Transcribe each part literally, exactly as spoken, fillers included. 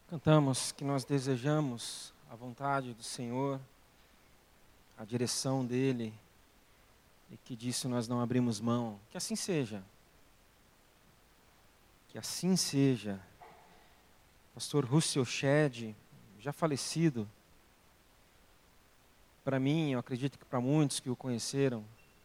Cantamos que nós desejamos a vontade do Senhor, a direção dEle, e que disso nós não abrimos mão. Que assim seja. Que assim seja. Pastor Russell Shedd, já falecido, para mim, eu acredito que para muitos que o conheceram,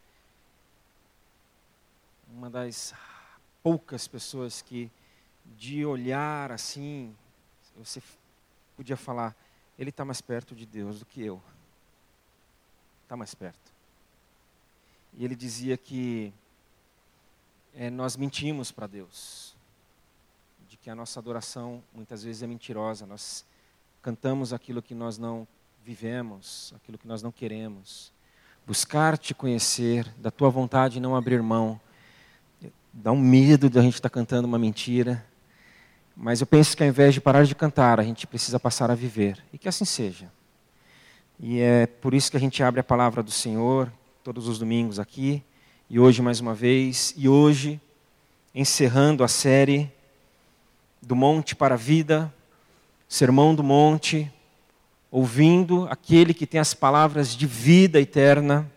uma das poucas pessoas que, de olhar assim, você podia falar, ele está mais perto de Deus do que eu. Está mais perto. E ele dizia que é, nós mentimos para Deus. De que a nossa adoração muitas vezes é mentirosa. Nós cantamos aquilo que nós não vivemos, aquilo que nós não queremos. Buscar te conhecer, da tua vontade não abrir mão. Dá um medo de a gente estar cantando uma mentira. Mas eu penso que ao invés de parar de cantar, a gente precisa passar a viver. E que assim seja. E é por isso que a gente abre a palavra do Senhor, todos os domingos aqui. E hoje mais uma vez. E hoje, encerrando a série do Monte para a Vida, Sermão do Monte, ouvindo aquele que tem as palavras de vida eterna.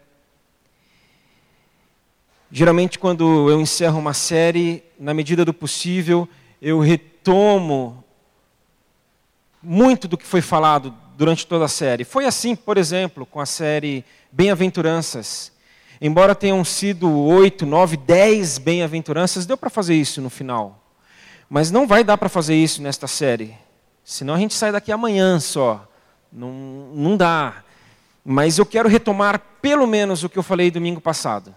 Geralmente quando eu encerro uma série, na medida do possível, eu retomo muito do que foi falado durante toda a série. Foi assim, por exemplo, com a série Bem-aventuranças. Embora tenham sido oito, nove, dez bem-aventuranças, deu para fazer isso no final. Mas não vai dar para fazer isso nesta série. Senão a gente sai daqui amanhã só. Não, não dá. Mas eu quero retomar pelo menos o que eu falei domingo passado.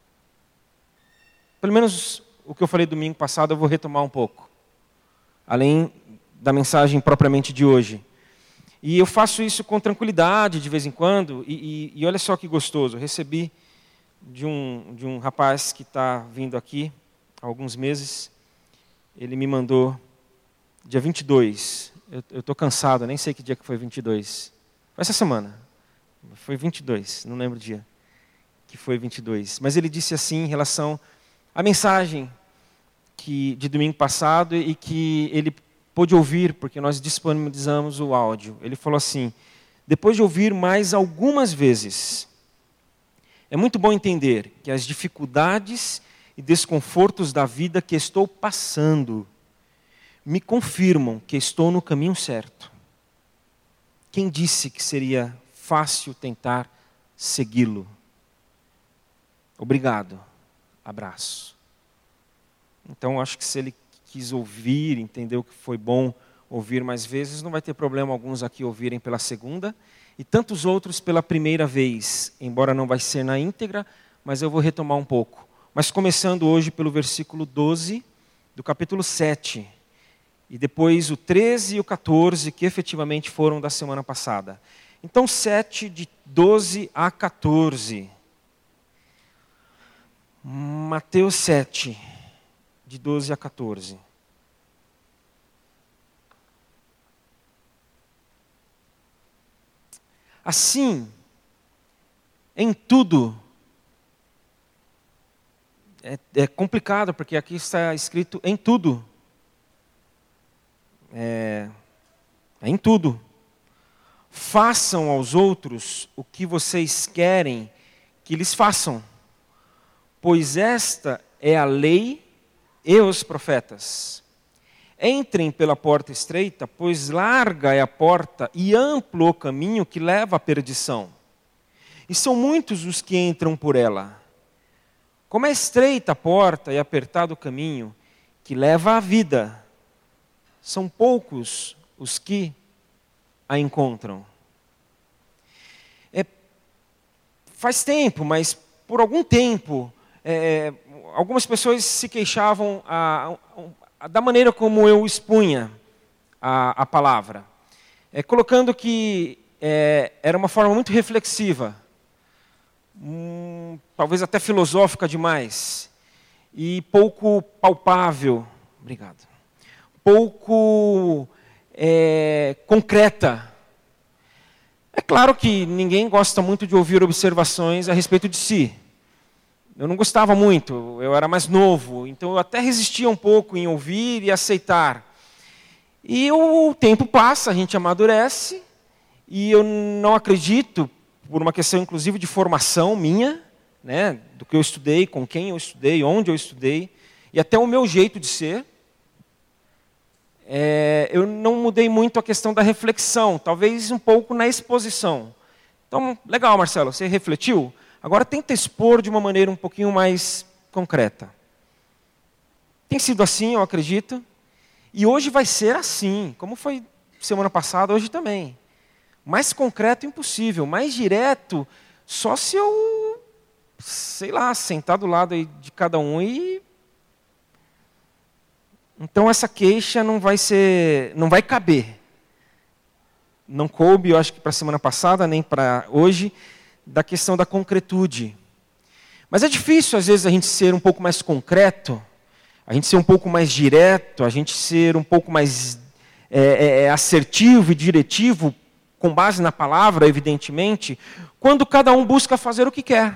Pelo menos o que eu falei domingo passado eu vou retomar um pouco. Além da mensagem propriamente de hoje. E eu faço isso com tranquilidade de vez em quando. E, e, e olha só que gostoso. Eu recebi de um, de um rapaz que está vindo aqui há alguns meses. Ele me mandou dia vinte e dois. Eu estou cansado, nem sei que dia que foi vinte e dois. Foi essa semana. Foi vinte e dois, não lembro o dia que foi vinte e dois. Mas ele disse assim em relação à mensagem que, de domingo passado e que ele pôde ouvir, porque nós disponibilizamos o áudio. Ele falou assim, depois de ouvir mais algumas vezes, é muito bom entender que as dificuldades e desconfortos da vida que estou passando me confirmam que estou no caminho certo. Quem disse que seria fácil tentar segui-lo? Obrigado. Abraço. Então, acho que se ele quis ouvir, entendeu que foi bom ouvir mais vezes, não vai ter problema alguns aqui ouvirem pela segunda e tantos outros pela primeira vez, embora não vai ser na íntegra, mas eu vou retomar um pouco. Mas começando hoje pelo versículo doze do capítulo sete. E depois o treze e o quatorze, que efetivamente foram da semana passada. Então, sete, de doze a quatorze. Mateus sete, de doze a quatorze. Assim, em tudo... É, é complicado, porque aqui está escrito em tudo. É, é em tudo. Façam aos outros o que vocês querem que lhes façam, pois esta é a lei e os profetas. Entrem pela porta estreita, pois larga é a porta e amplo o caminho que leva à perdição. E são muitos os que entram por ela. Como é estreita a porta e apertado o caminho que leva à vida, são poucos os que a encontram. É, faz tempo, mas por algum tempo, é, algumas pessoas se queixavam a, a, a, da maneira como eu expunha a, a palavra, é, colocando que é, era uma forma muito reflexiva, Hum, talvez até filosófica demais e pouco palpável, obrigado, pouco é, concreta. É claro que ninguém gosta muito de ouvir observações a respeito de si. Eu não gostava muito, eu era mais novo, então eu até resistia um pouco em ouvir e aceitar. E o tempo passa, a gente amadurece, e eu não acredito, por uma questão inclusive de formação minha, né, do que eu estudei, com quem eu estudei, onde eu estudei, e até o meu jeito de ser, é, eu não mudei muito a questão da reflexão, talvez um pouco na exposição. Então, legal, Marcelo, você refletiu? Agora tenta expor de uma maneira um pouquinho mais concreta. Tem sido assim, eu acredito, e hoje vai ser assim, como foi semana passada, hoje também. Mais concreto impossível, mais direto, só se eu, sei lá, sentar do lado aí de cada um e... Então essa queixa não vai ser, não vai caber. Não coube, eu acho que para a semana passada, nem para hoje, da questão da concretude. Mas é difícil, às vezes, a gente ser um pouco mais concreto, a gente ser um pouco mais direto, a gente ser um pouco mais é, é, assertivo e diretivo, com base na palavra, evidentemente, quando cada um busca fazer o que quer.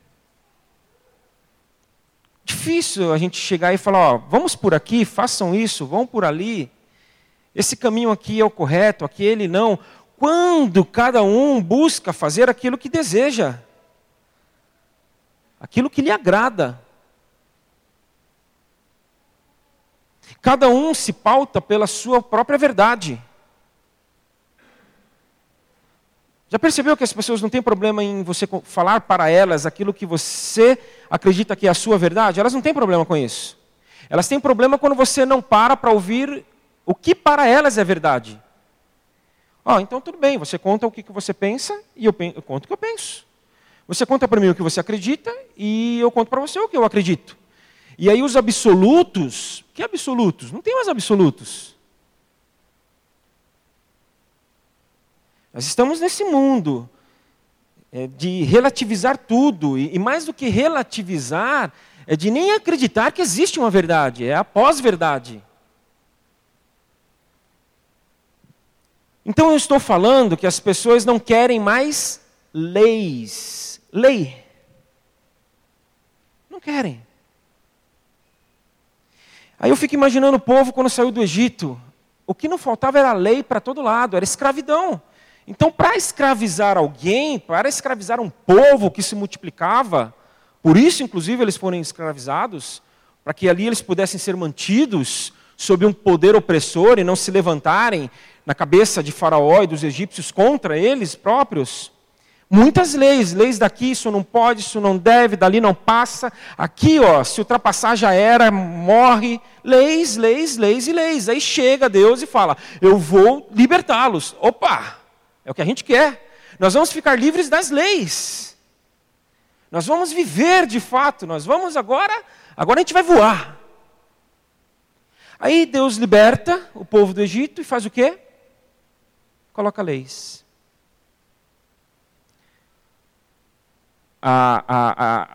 Difícil a gente chegar e falar, ó, vamos por aqui, façam isso, vão por ali. Esse caminho aqui é o correto, aquele não. Quando cada um busca fazer aquilo que deseja, aquilo que lhe agrada. Cada um se pauta pela sua própria verdade. Já percebeu que as pessoas não têm problema em você falar para elas aquilo que você acredita que é a sua verdade? Elas não têm problema com isso. Elas têm problema quando você não para para ouvir o que para elas é verdade. Ó, oh, então tudo bem, você conta o que você pensa e eu, eu conto o que eu penso. Você conta para mim o que você acredita e eu conto para você o que eu acredito. E aí os absolutos, que absolutos? Não tem mais absolutos. Nós estamos nesse mundo é, de relativizar tudo, e, e mais do que relativizar, é de nem acreditar que existe uma verdade, é a pós-verdade. Então eu estou falando que as pessoas não querem mais leis. Lei. Não querem. Aí eu fico imaginando o povo quando saiu do Egito. O que não faltava era lei para todo lado, era escravidão. Então, para escravizar alguém, para escravizar um povo que se multiplicava, por isso, inclusive, eles foram escravizados, para que ali eles pudessem ser mantidos sob um poder opressor e não se levantarem na cabeça de Faraó e dos egípcios contra eles próprios. Muitas leis, leis daqui, isso não pode, isso não deve, dali não passa. Aqui, ó, se ultrapassar já era, morre. Leis, leis, leis e leis. Aí chega Deus e fala, eu vou libertá-los. Opa! É o que a gente quer. Nós vamos ficar livres das leis. Nós vamos viver de fato. Nós vamos agora, agora a gente vai voar. Aí Deus liberta o povo do Egito e faz o quê? Coloca leis. A, a, a,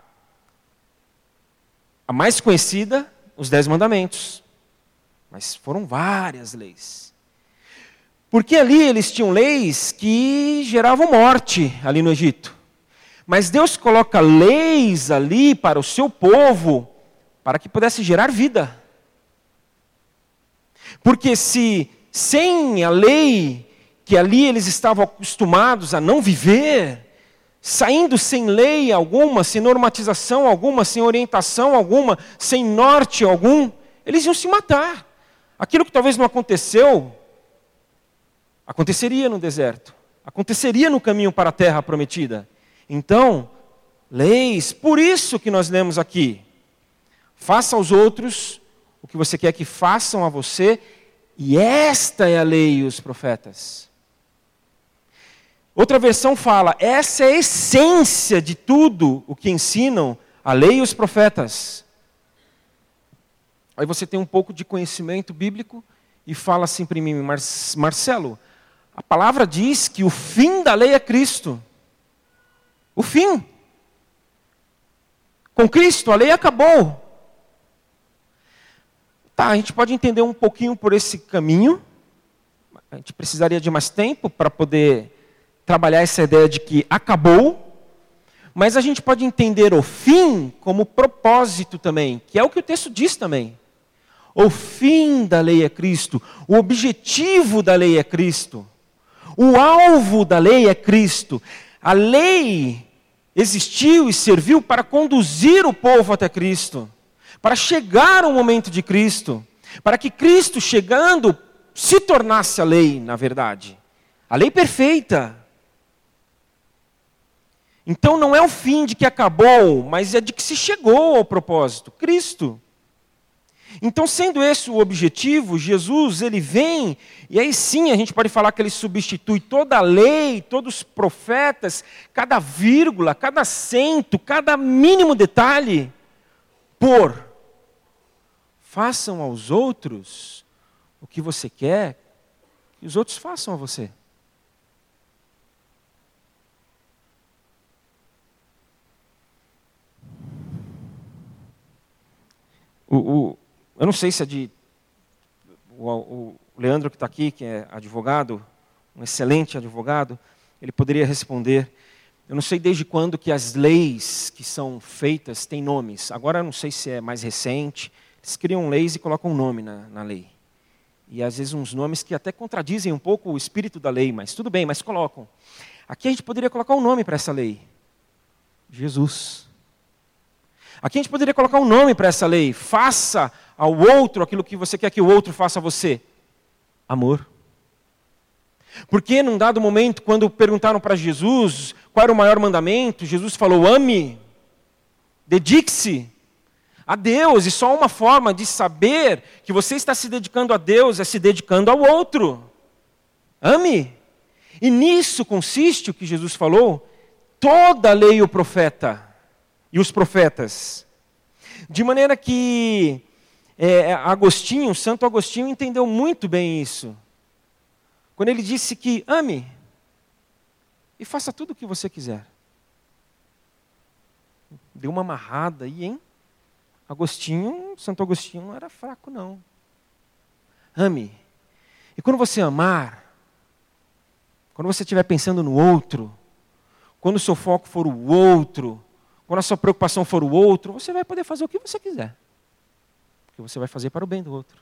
a mais conhecida, os Dez Mandamentos. Mas foram várias leis. Porque ali eles tinham leis que geravam morte ali no Egito. Mas Deus coloca leis ali para o seu povo, para que pudesse gerar vida. Porque se sem a lei, que ali eles estavam acostumados a não viver, saindo sem lei alguma, sem normatização alguma, sem orientação alguma, sem norte algum, eles iam se matar. Aquilo que talvez não aconteceu, aconteceria no deserto, aconteceria no caminho para a terra prometida. Então, leis, por isso que nós lemos aqui, faça aos outros o que você quer que façam a você, e esta é a lei e os profetas. Outra versão fala, essa é a essência de tudo o que ensinam a lei e os profetas. Aí você tem um pouco de conhecimento bíblico e fala assim para mim, Marcelo, a palavra diz que o fim da lei é Cristo. O fim. Com Cristo, a lei acabou. Tá, a gente pode entender um pouquinho por esse caminho. A gente precisaria de mais tempo para poder trabalhar essa ideia de que acabou. Mas a gente pode entender o fim como propósito também, que é o que o texto diz também. O fim da lei é Cristo. O objetivo da lei é Cristo. O alvo da lei é Cristo. A lei existiu e serviu para conduzir o povo até Cristo, para chegar ao momento de Cristo, para que Cristo, chegando, se tornasse a lei, na verdade. A lei perfeita. Então não é o fim de que acabou, mas é de que se chegou ao propósito, Cristo. Então, sendo esse o objetivo, Jesus, ele vem, e aí sim a gente pode falar que ele substitui toda a lei, todos os profetas, cada vírgula, cada acento, cada mínimo detalhe, por façam aos outros o que você quer que os outros façam a você. O, o, eu não sei se é de... O, o Leandro que está aqui, que é advogado, um excelente advogado, ele poderia responder. Eu não sei desde quando que as leis que são feitas têm nomes. Agora eu não sei se é mais recente. Eles criam leis e colocam um nome na, na lei. E às vezes uns nomes que até contradizem um pouco o espírito da lei, mas tudo bem, mas colocam. Aqui a gente poderia colocar um nome para essa lei. Jesus. Aqui a gente poderia colocar um nome para essa lei. Faça ao outro aquilo que você quer que o outro faça a você. Amor. Porque num dado momento, quando perguntaram para Jesus qual era o maior mandamento, Jesus falou, ame, dedique-se a Deus. E só uma forma de saber que você está se dedicando a Deus é se dedicando ao outro. Ame. E nisso consiste o que Jesus falou, toda a lei e o profeta. E os profetas. De maneira que é, Agostinho, Santo Agostinho entendeu muito bem isso. Quando ele disse que ame e faça tudo o que você quiser. Deu uma amarrada aí, hein? Agostinho, Santo Agostinho não era fraco, não. Ame. E quando você amar, quando você estiver pensando no outro, quando o seu foco for o outro, quando a sua preocupação for o outro, você vai poder fazer o que você quiser. Porque você vai fazer para o bem do outro.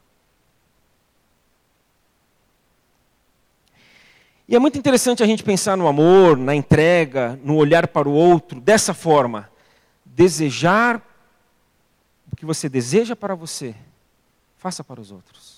E é muito interessante a gente pensar no amor, na entrega, no olhar para o outro, dessa forma. Desejar o que você deseja para você, faça para os outros.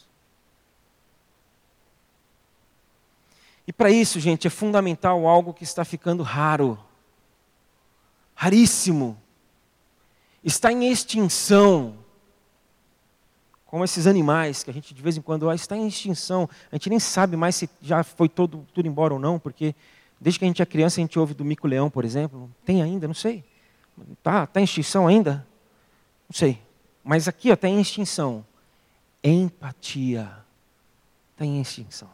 E para isso, gente, é fundamental algo que está ficando raro. Raríssimo, está em extinção, como esses animais que a gente de vez em quando, ah, está em extinção, a gente nem sabe mais se já foi todo, tudo embora ou não, porque desde que a gente é criança a gente ouve do mico-leão, por exemplo, tem ainda, não sei, está tá em extinção ainda? Não sei, mas aqui está em extinção, empatia, está em extinção.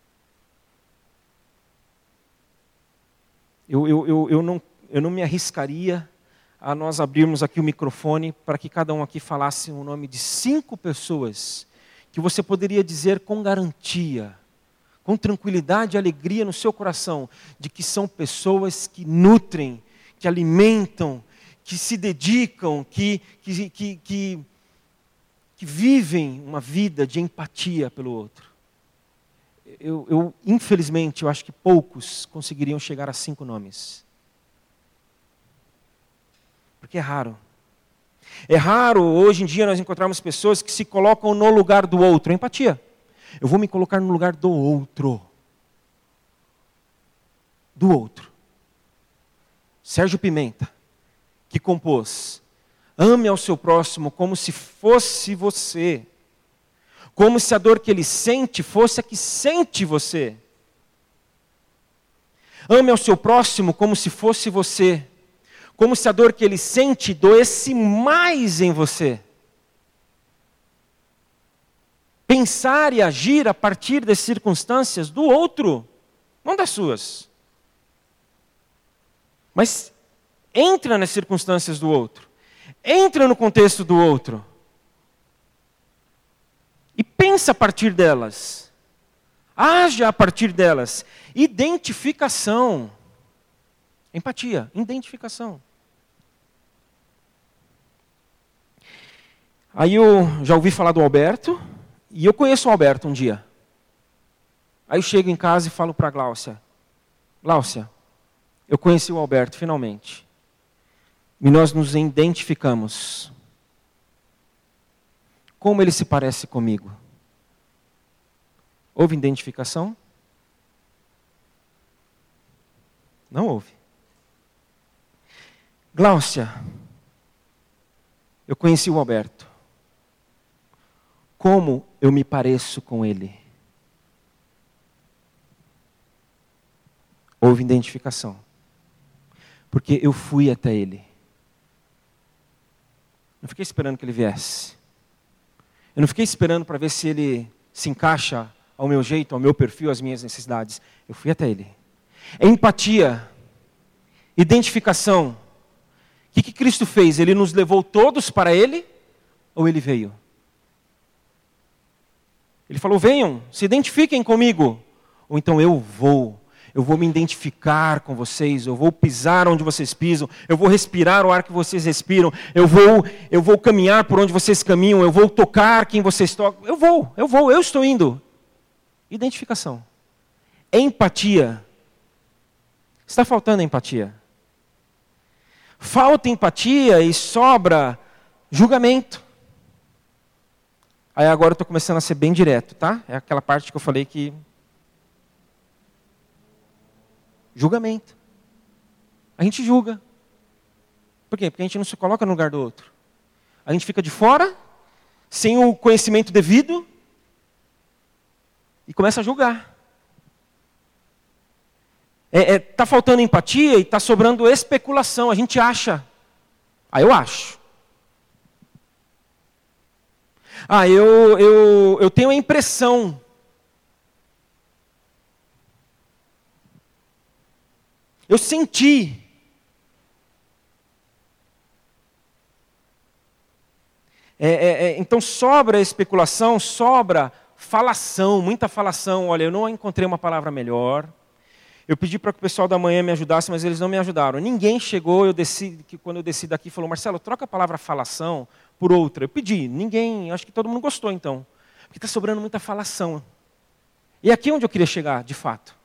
Eu, eu, eu, eu não Eu não me arriscaria a nós abrirmos aqui o microfone para que cada um aqui falasse o nome de cinco pessoas que você poderia dizer com garantia, com tranquilidade e alegria no seu coração, de que são pessoas que nutrem, que alimentam, que se dedicam, que, que, que, que, que vivem uma vida de empatia pelo outro. Eu, eu, infelizmente, eu acho que poucos conseguiriam chegar a cinco nomes. Porque é raro. É raro, hoje em dia, nós encontrarmos pessoas que se colocam no lugar do outro. Empatia. Eu vou me colocar no lugar do outro. Do outro. Sérgio Pimenta, que compôs: ame ao seu próximo como se fosse você. Como se a dor que ele sente fosse a que sente você. Ame ao seu próximo como se fosse você. Como se a dor que ele sente doesse mais em você. Pensar e agir a partir das circunstâncias do outro, não das suas. Mas entra nas circunstâncias do outro. Entra no contexto do outro. E pensa a partir delas. Haja a partir delas. Identificação. Empatia, identificação. Aí eu já ouvi falar do Alberto, e eu conheço o Alberto um dia. Aí eu chego em casa e falo para a Gláucia, Gláucia, eu conheci o Alberto finalmente. E nós nos identificamos. Como ele se parece comigo? Houve identificação? Não houve. Gláucia, eu conheci o Alberto. Como eu me pareço com ele? Houve identificação. Porque eu fui até ele. Não fiquei esperando que ele viesse. Eu não fiquei esperando para ver se ele se encaixa ao meu jeito, ao meu perfil, às minhas necessidades. Eu fui até ele. É empatia, identificação. O que, que Cristo fez? Ele nos levou todos para ele? Ou ele veio? Ele falou, venham, se identifiquem comigo. Ou então eu vou. Eu vou me identificar com vocês, eu vou pisar onde vocês pisam, eu vou respirar o ar que vocês respiram, eu vou, eu vou caminhar por onde vocês caminham, eu vou tocar quem vocês tocam. Eu vou, eu vou, eu estou indo. Identificação. Empatia. Está faltando empatia. Falta empatia e sobra julgamento. Aí agora eu estou começando a ser bem direto, tá? É aquela parte que eu falei que... Julgamento. A gente julga. Por quê? Porque a gente não se coloca no lugar do outro. A gente fica de fora, sem o conhecimento devido, e começa a julgar. Está é, é, tá faltando empatia e está sobrando especulação. A gente acha. Ah, eu acho. Ah, eu, eu, eu tenho a impressão. Eu senti. É, é, é, então sobra especulação, sobra falação, muita falação. Olha, eu não encontrei uma palavra melhor. Eu pedi para que o pessoal da manhã me ajudasse, mas eles não me ajudaram. Ninguém chegou, eu desci, que quando eu desci daqui, falou, Marcelo, troca a palavra falação por outra. Eu pedi, ninguém, acho que todo mundo gostou então. Porque está sobrando muita falação. E aqui é onde eu queria chegar, de fato.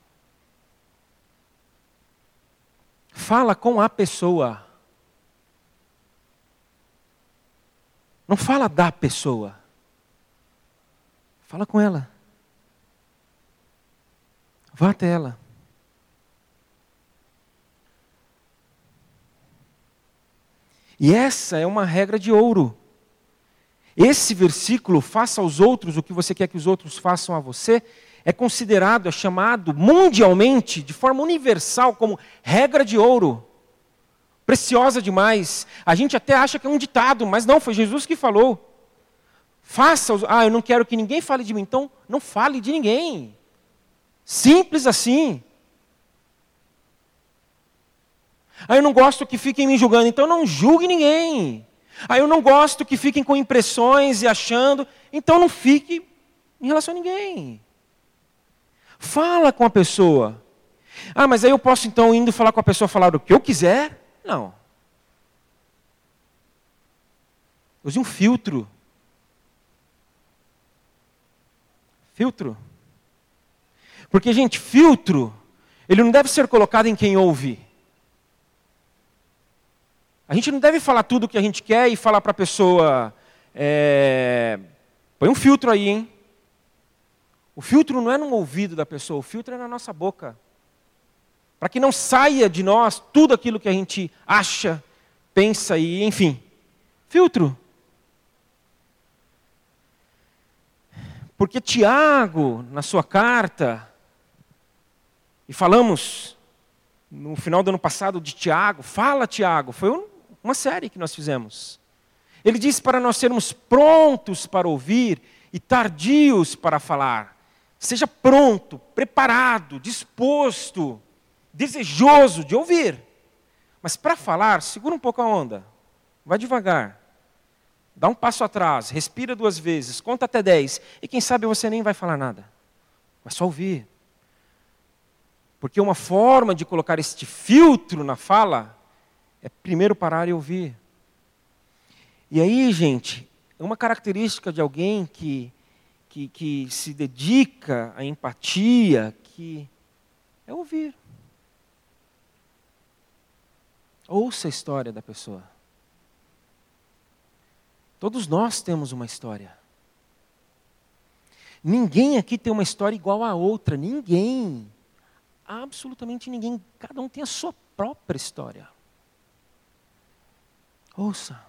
Fala com a pessoa. Não fala da pessoa. Fala com ela. Vá até ela. E essa é uma regra de ouro. Esse versículo, faça aos outros o que você quer que os outros façam a você, é considerado, é chamado mundialmente, de forma universal, como regra de ouro. Preciosa demais. A gente até acha que é um ditado, mas não, foi Jesus que falou. Faça, os... ah, eu não quero que ninguém fale de mim, então não fale de ninguém. Simples assim. Ah, eu não gosto que fiquem me julgando, então não julgue ninguém. Ah, eu não gosto que fiquem com impressões e achando, então não fique em relação a ninguém. Fala com a pessoa. Ah, mas aí eu posso então indo falar com a pessoa, falar o que eu quiser? Não. Use um filtro. Filtro. Porque, gente, filtro, ele não deve ser colocado em quem ouve. A gente não deve falar tudo o que a gente quer e falar para a pessoa, é, põe um filtro aí, hein? O filtro não é no ouvido da pessoa, o filtro é na nossa boca. Para que não saia de nós tudo aquilo que a gente acha, pensa e, enfim. Filtro. Porque Tiago, na sua carta, e falamos no final do ano passado de Tiago, fala Tiago, foi um, uma série que nós fizemos. Ele diz para nós sermos prontos para ouvir e tardios para falar. Seja pronto, preparado, disposto, desejoso de ouvir. Mas para falar, segura um pouco a onda. Vai devagar. Dá um passo atrás, respira duas vezes, conta até dez. E quem sabe você nem vai falar nada. Vai só ouvir. Porque uma forma de colocar este filtro na fala é primeiro parar e ouvir. E aí, gente, uma característica de alguém que, que, que se dedica à empatia, que é ouvir. Ouça a história da pessoa. Todos nós temos uma história. Ninguém aqui tem uma história igual à outra. Ninguém. Absolutamente ninguém. Cada um tem a sua própria história. Ouça.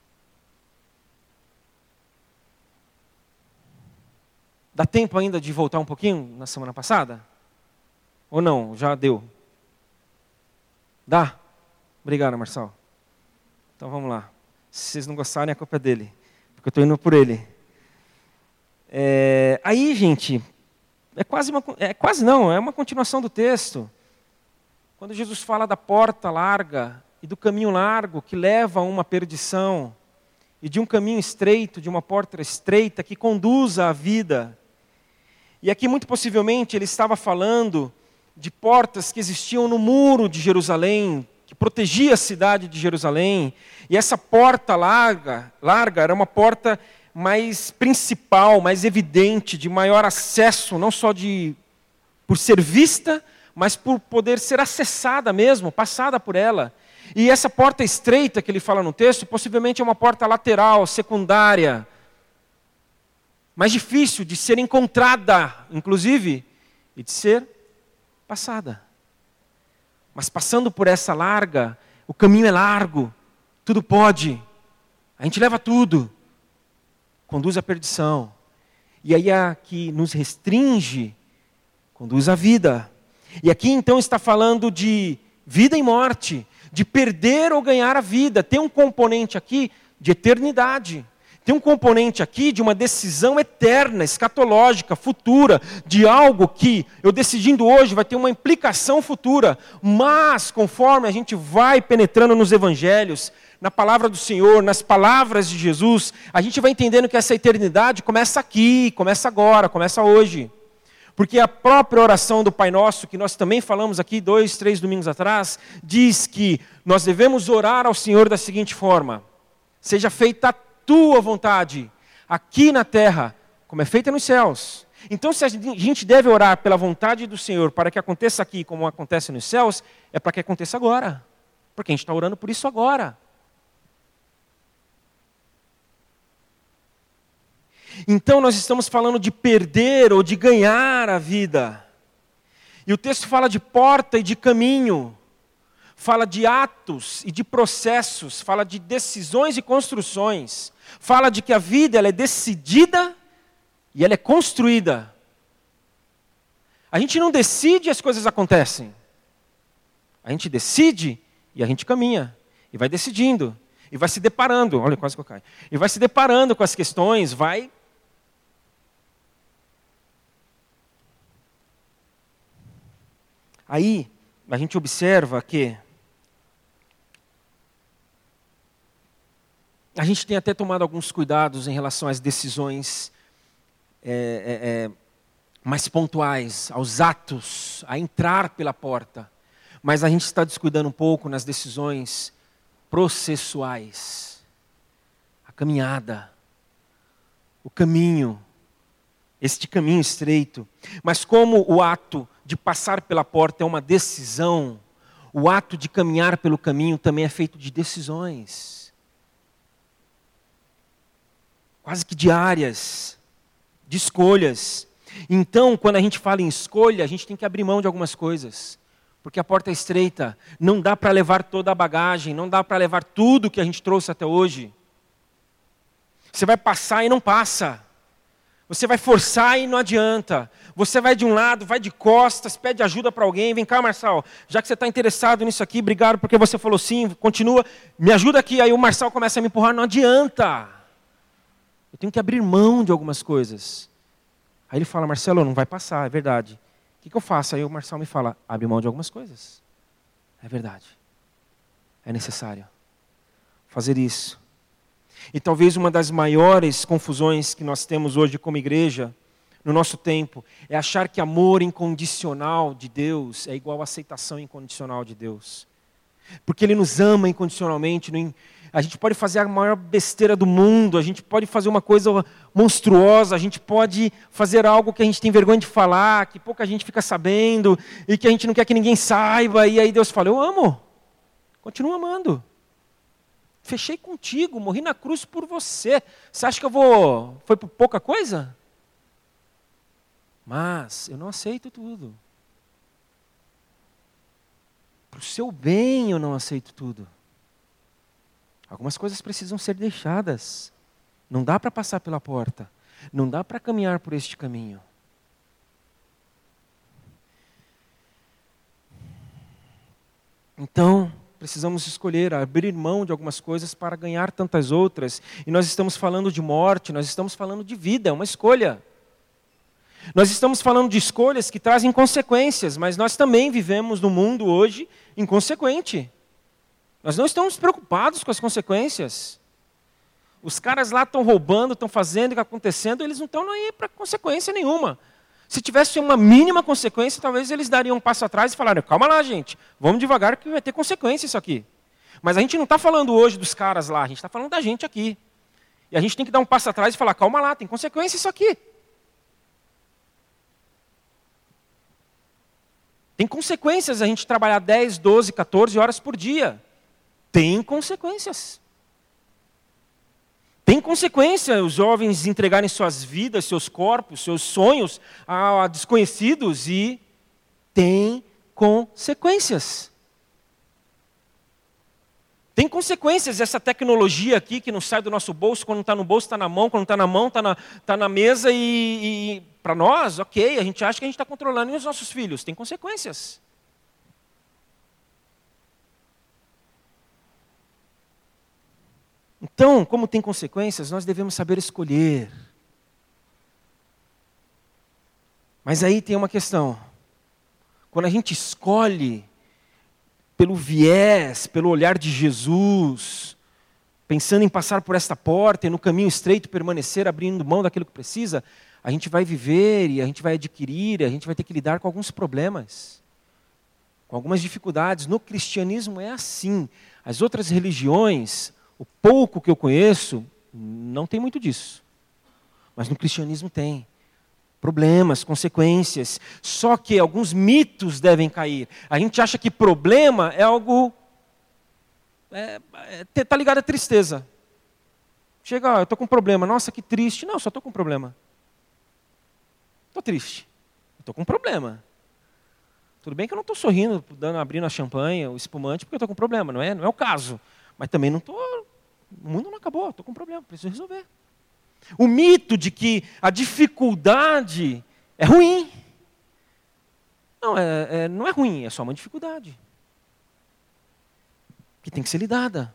Dá tempo ainda de voltar um pouquinho na semana passada? Ou não? Já deu? Dá? Obrigado, Marçal. Então vamos lá. Se vocês não gostarem, a culpa é dele. Porque eu estou indo por ele. É, aí, gente, é quase, uma, é quase não, é uma continuação do texto. Quando Jesus fala da porta larga e do caminho largo que leva a uma perdição, e de um caminho estreito, de uma porta estreita que conduza à vida. E aqui, muito possivelmente, ele estava falando de portas que existiam no muro de Jerusalém, que protegia a cidade de Jerusalém. E essa porta larga, larga era uma porta mais principal, mais evidente, de maior acesso, não só de por ser vista, mas por poder ser acessada mesmo, passada por ela. E essa porta estreita que ele fala no texto, possivelmente é uma porta lateral, secundária, mais difícil de ser encontrada, inclusive, e de ser passada. Mas passando por essa larga, o caminho é largo, tudo pode, a gente leva tudo, conduz à perdição. E aí a que nos restringe, conduz à vida. E aqui então está falando de vida e morte, de perder ou ganhar a vida. Tem um componente aqui de eternidade. Tem um componente aqui de uma decisão eterna, escatológica, futura, de algo que eu decidindo hoje vai ter uma implicação futura. Mas, conforme a gente vai penetrando nos evangelhos, na palavra do Senhor, nas palavras de Jesus, a gente vai entendendo que essa eternidade começa aqui, começa agora, começa hoje. Porque a própria oração do Pai Nosso, que nós também falamos aqui dois, três domingos atrás, diz que nós devemos orar ao Senhor da seguinte forma: seja feita a tua vontade, aqui na terra, como é feita nos céus. Então, se a gente deve orar pela vontade do Senhor para que aconteça aqui como acontece nos céus, é para que aconteça agora. Porque a gente está orando por isso agora. Então nós estamos falando de perder ou de ganhar a vida. E o texto fala de porta e de caminho. Fala de atos e de processos. Fala de decisões e construções. Fala de que a vida ela é decidida e ela é construída. A gente não decide e as coisas acontecem. A gente decide e a gente caminha. E vai decidindo. E vai se deparando. Olha, quase que eu caio. E vai se deparando com as questões, vai... Aí, a gente observa que a gente tem até tomado alguns cuidados em relação às decisões é, é, é, mais pontuais, aos atos, a entrar pela porta. Mas a gente está descuidando um pouco nas decisões processuais. A caminhada, o caminho, este caminho estreito. Mas como o ato de passar pela porta é uma decisão, o ato de caminhar pelo caminho também é feito de decisões. Quase que diárias, de escolhas. Então, quando a gente fala em escolha, a gente tem que abrir mão de algumas coisas. Porque a porta é estreita, não dá para levar toda a bagagem, não dá para levar tudo que a gente trouxe até hoje. Você vai passar e não passa. Você vai forçar e não adianta. Você vai de um lado, vai de costas, pede ajuda para alguém. Vem cá, Marçal, já que você está interessado nisso aqui, obrigado porque você falou sim, continua, me ajuda aqui. Aí o Marçal começa a me empurrar, não adianta. Eu tenho que abrir mão de algumas coisas. Aí ele fala, Marcelo, não vai passar, é verdade. O que, que eu faço? Aí o Marçal me fala, abre mão de algumas coisas. É verdade. É necessário fazer isso. E talvez uma das maiores confusões que nós temos hoje como igreja, no nosso tempo, é achar que amor incondicional de Deus é igual a aceitação incondicional de Deus. Porque Ele nos ama incondicionalmente, A gente pode fazer a maior besteira do mundo, a gente pode fazer uma coisa monstruosa, a gente pode fazer algo que a gente tem vergonha de falar, que pouca gente fica sabendo, e que a gente não quer que ninguém saiba, e aí Deus fala, eu amo, continuo amando. Fechei contigo, morri na cruz por você. Você acha que eu vou... Foi por pouca coisa? Mas eu não aceito tudo. Para o seu bem eu não aceito tudo. Algumas coisas precisam ser deixadas. Não dá para passar pela porta. Não dá para caminhar por este caminho. Então, precisamos escolher, abrir mão de algumas coisas para ganhar tantas outras. E nós estamos falando de morte, nós estamos falando de vida, é uma escolha. Nós estamos falando de escolhas que trazem consequências, mas nós também vivemos no mundo hoje inconsequente. Nós não estamos preocupados com as consequências. Os caras lá estão roubando, estão fazendo o que está acontecendo, eles não estão aí para consequência nenhuma. Se tivesse uma mínima consequência, talvez eles dariam um passo atrás e falariam, calma lá, gente, vamos devagar que vai ter consequência isso aqui. Mas a gente não está falando hoje dos caras lá, a gente está falando da gente aqui. E a gente tem que dar um passo atrás e falar, calma lá, tem consequência isso aqui. Tem consequências a gente trabalhar dez, doze, quatorze horas por dia. Tem consequências. Tem consequência os jovens entregarem suas vidas, seus corpos, seus sonhos a desconhecidos e tem consequências. Tem consequências essa tecnologia aqui que não sai do nosso bolso, quando está no bolso está na mão, quando está na mão está na, tá na mesa e, e para nós, ok, a gente acha que a gente está controlando e os nossos filhos, tem consequências. Então, como tem consequências, nós devemos saber escolher. Mas aí tem uma questão. Quando a gente escolhe pelo viés, pelo olhar de Jesus, pensando em passar por esta porta e no caminho estreito permanecer, abrindo mão daquilo que precisa, a gente vai viver e a gente vai adquirir, a gente vai ter que lidar com alguns problemas, com algumas dificuldades. No cristianismo é assim. As outras religiões... O pouco que eu conheço, não tem muito disso. Mas no cristianismo tem. Problemas, consequências. Só que alguns mitos devem cair. A gente acha que problema é algo... Está é, tá ligado à tristeza. Chega, ó, eu estou com um problema. Nossa, que triste. Não, só estou com um problema. Estou triste. Estou com um problema. Tudo bem que eu não estou sorrindo, dando, abrindo a champanhe, o espumante, porque eu estou com um problema. Não é, não é o caso. Mas também não estou... O mundo não acabou, estou com um problema, preciso resolver. O mito de que a dificuldade é ruim. Não, é, é, não é ruim, é só uma dificuldade. Que tem que ser lidada.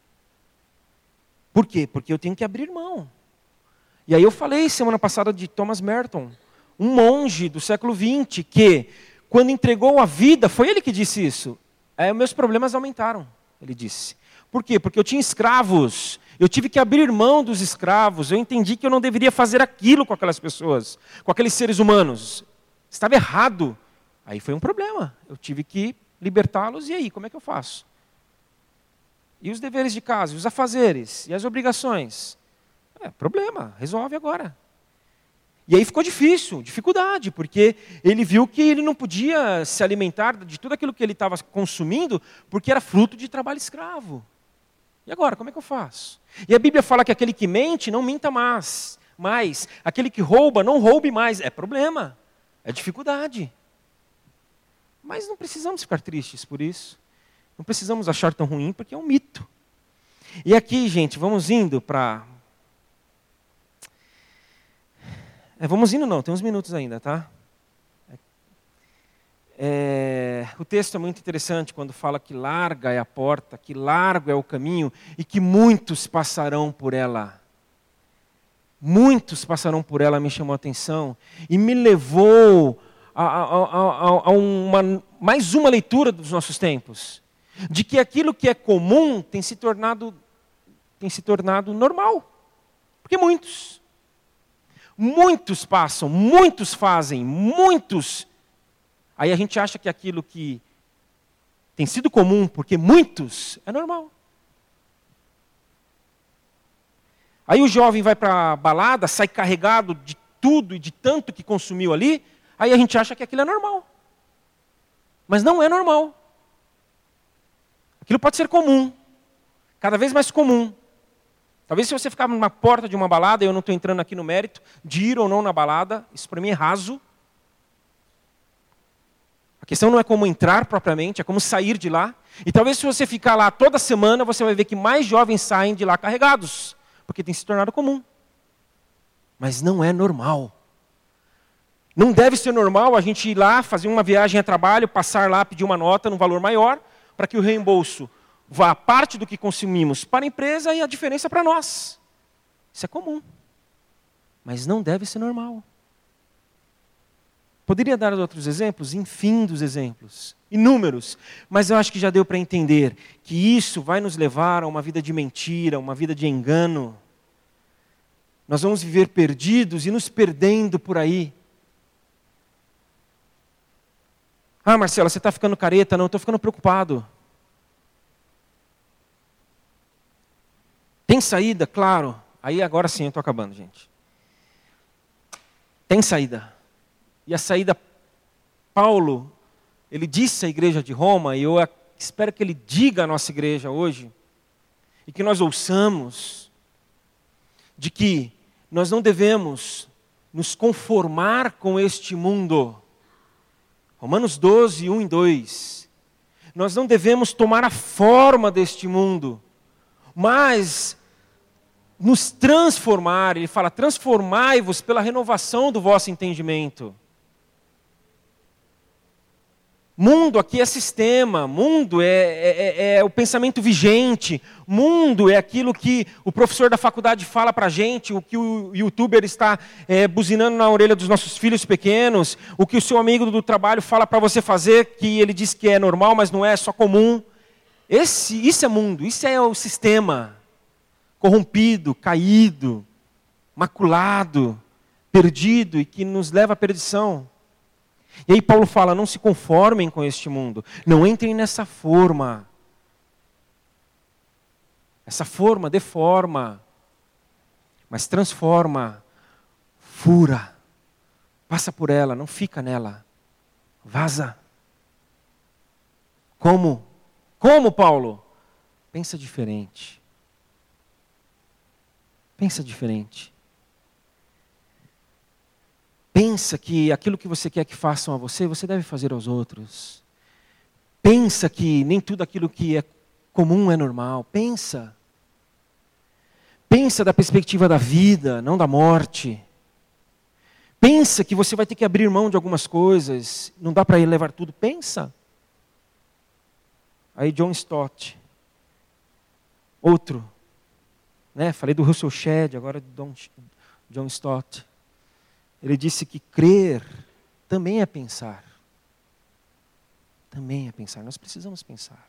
Por quê? Porque eu tenho que abrir mão. E aí eu falei semana passada de Thomas Merton, um monge do século vinte, que quando entregou a vida, foi ele que disse isso. É, meus problemas aumentaram, ele disse. Por quê? Porque eu tinha escravos, eu tive que abrir mão dos escravos, eu entendi que eu não deveria fazer aquilo com aquelas pessoas, com aqueles seres humanos. Estava errado. Aí foi um problema, eu tive que libertá-los, e aí, como é que eu faço? E os deveres de casa, e os afazeres, e as obrigações? É, problema, resolve agora. E aí ficou difícil, dificuldade, porque ele viu que ele não podia se alimentar de tudo aquilo que ele estava consumindo, porque era fruto de trabalho escravo. E agora, como é que eu faço? E a Bíblia fala que aquele que mente, não minta mais. mais. Aquele que rouba, não roube mais. É problema, é dificuldade. Mas não precisamos ficar tristes por isso. Não precisamos achar tão ruim, porque é um mito. E aqui, gente, vamos indo para... É, vamos indo não, tem uns minutos ainda, tá? É, o texto é muito interessante quando fala que larga é a porta, que largo é o caminho e que muitos passarão por ela. Muitos passarão por ela, me chamou a atenção e me levou a, a, a, a uma, mais uma leitura dos nossos tempos. De que aquilo que é comum tem se tornado, tem se tornado normal. Porque muitos, muitos passam, muitos fazem, muitos... Aí a gente acha que aquilo que tem sido comum, porque muitos, é normal. Aí o jovem vai para a balada, sai carregado de tudo e de tanto que consumiu ali, aí a gente acha que aquilo é normal. Mas não é normal. Aquilo pode ser comum, cada vez mais comum. Talvez se você ficar numa porta de uma balada, eu não estou entrando aqui no mérito de ir ou não na balada, isso para mim é raso. A questão não é como entrar propriamente, é como sair de lá. E talvez se você ficar lá toda semana, você vai ver que mais jovens saem de lá carregados, porque tem se tornado comum. Mas não é normal. Não deve ser normal a gente ir lá, fazer uma viagem a trabalho, passar lá, pedir uma nota num valor maior, para que o reembolso vá parte do que consumimos para a empresa e a diferença para nós. Isso é comum. Mas não deve ser normal. Poderia dar outros exemplos? Infindos exemplos. Inúmeros. Mas eu acho que já deu para entender que isso vai nos levar a uma vida de mentira, uma vida de engano. Nós vamos viver perdidos e nos perdendo por aí. Ah, Marcela, você está ficando careta? Não, estou ficando preocupado. Tem saída? Claro. Aí agora sim eu estou acabando, gente. Tem saída. E a saída, Paulo, ele disse à igreja de Roma, e eu espero que ele diga à nossa igreja hoje, e que nós ouçamos, de que nós não devemos nos conformar com este mundo. Romanos doze, um e dois. Nós não devemos tomar a forma deste mundo, mas nos transformar. Ele fala, transformai-vos pela renovação do vosso entendimento. Mundo aqui é sistema, mundo é, é, é o pensamento vigente, mundo é aquilo que o professor da faculdade fala para a gente, o que o youtuber está é, buzinando na orelha dos nossos filhos pequenos, o que o seu amigo do trabalho fala para você fazer, que ele diz que é normal, mas não é, é só comum. Esse, isso é mundo, isso é o sistema corrompido, caído, maculado, perdido e que nos leva à perdição. E aí Paulo fala, não se conformem com este mundo, não entrem nessa forma. Essa forma deforma, mas transforma, fura, passa por ela, não fica nela, vaza. Como? Como, Paulo? Pensa diferente. Pensa diferente. Pensa que aquilo que você quer que façam a você, você deve fazer aos outros. Pensa que nem tudo aquilo que é comum é normal. Pensa. Pensa da perspectiva da vida, não da morte. Pensa que você vai ter que abrir mão de algumas coisas. Não dá para ir levar tudo. Pensa. Aí John Stott. Outro. Né? Falei do Russell Shedd, agora do John Stott. Ele disse que crer também é pensar. Também é pensar. Nós precisamos pensar.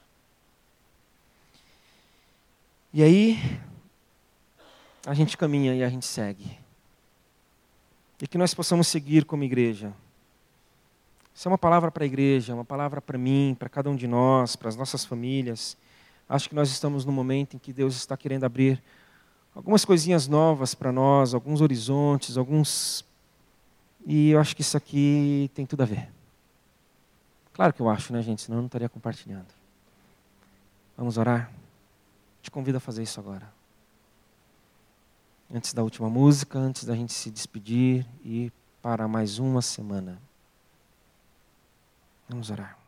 E aí, a gente caminha e a gente segue. E que nós possamos seguir como igreja. Isso é uma palavra para a igreja, uma palavra para mim, para cada um de nós, para as nossas famílias. Acho que nós estamos num momento em que Deus está querendo abrir algumas coisinhas novas para nós, alguns horizontes, alguns... E eu acho que isso aqui tem tudo a ver. Claro que eu acho, né, gente? Senão eu não estaria compartilhando. Vamos orar? Te convido a fazer isso agora. Antes da última música, antes da gente se despedir e ir para mais uma semana. Vamos orar.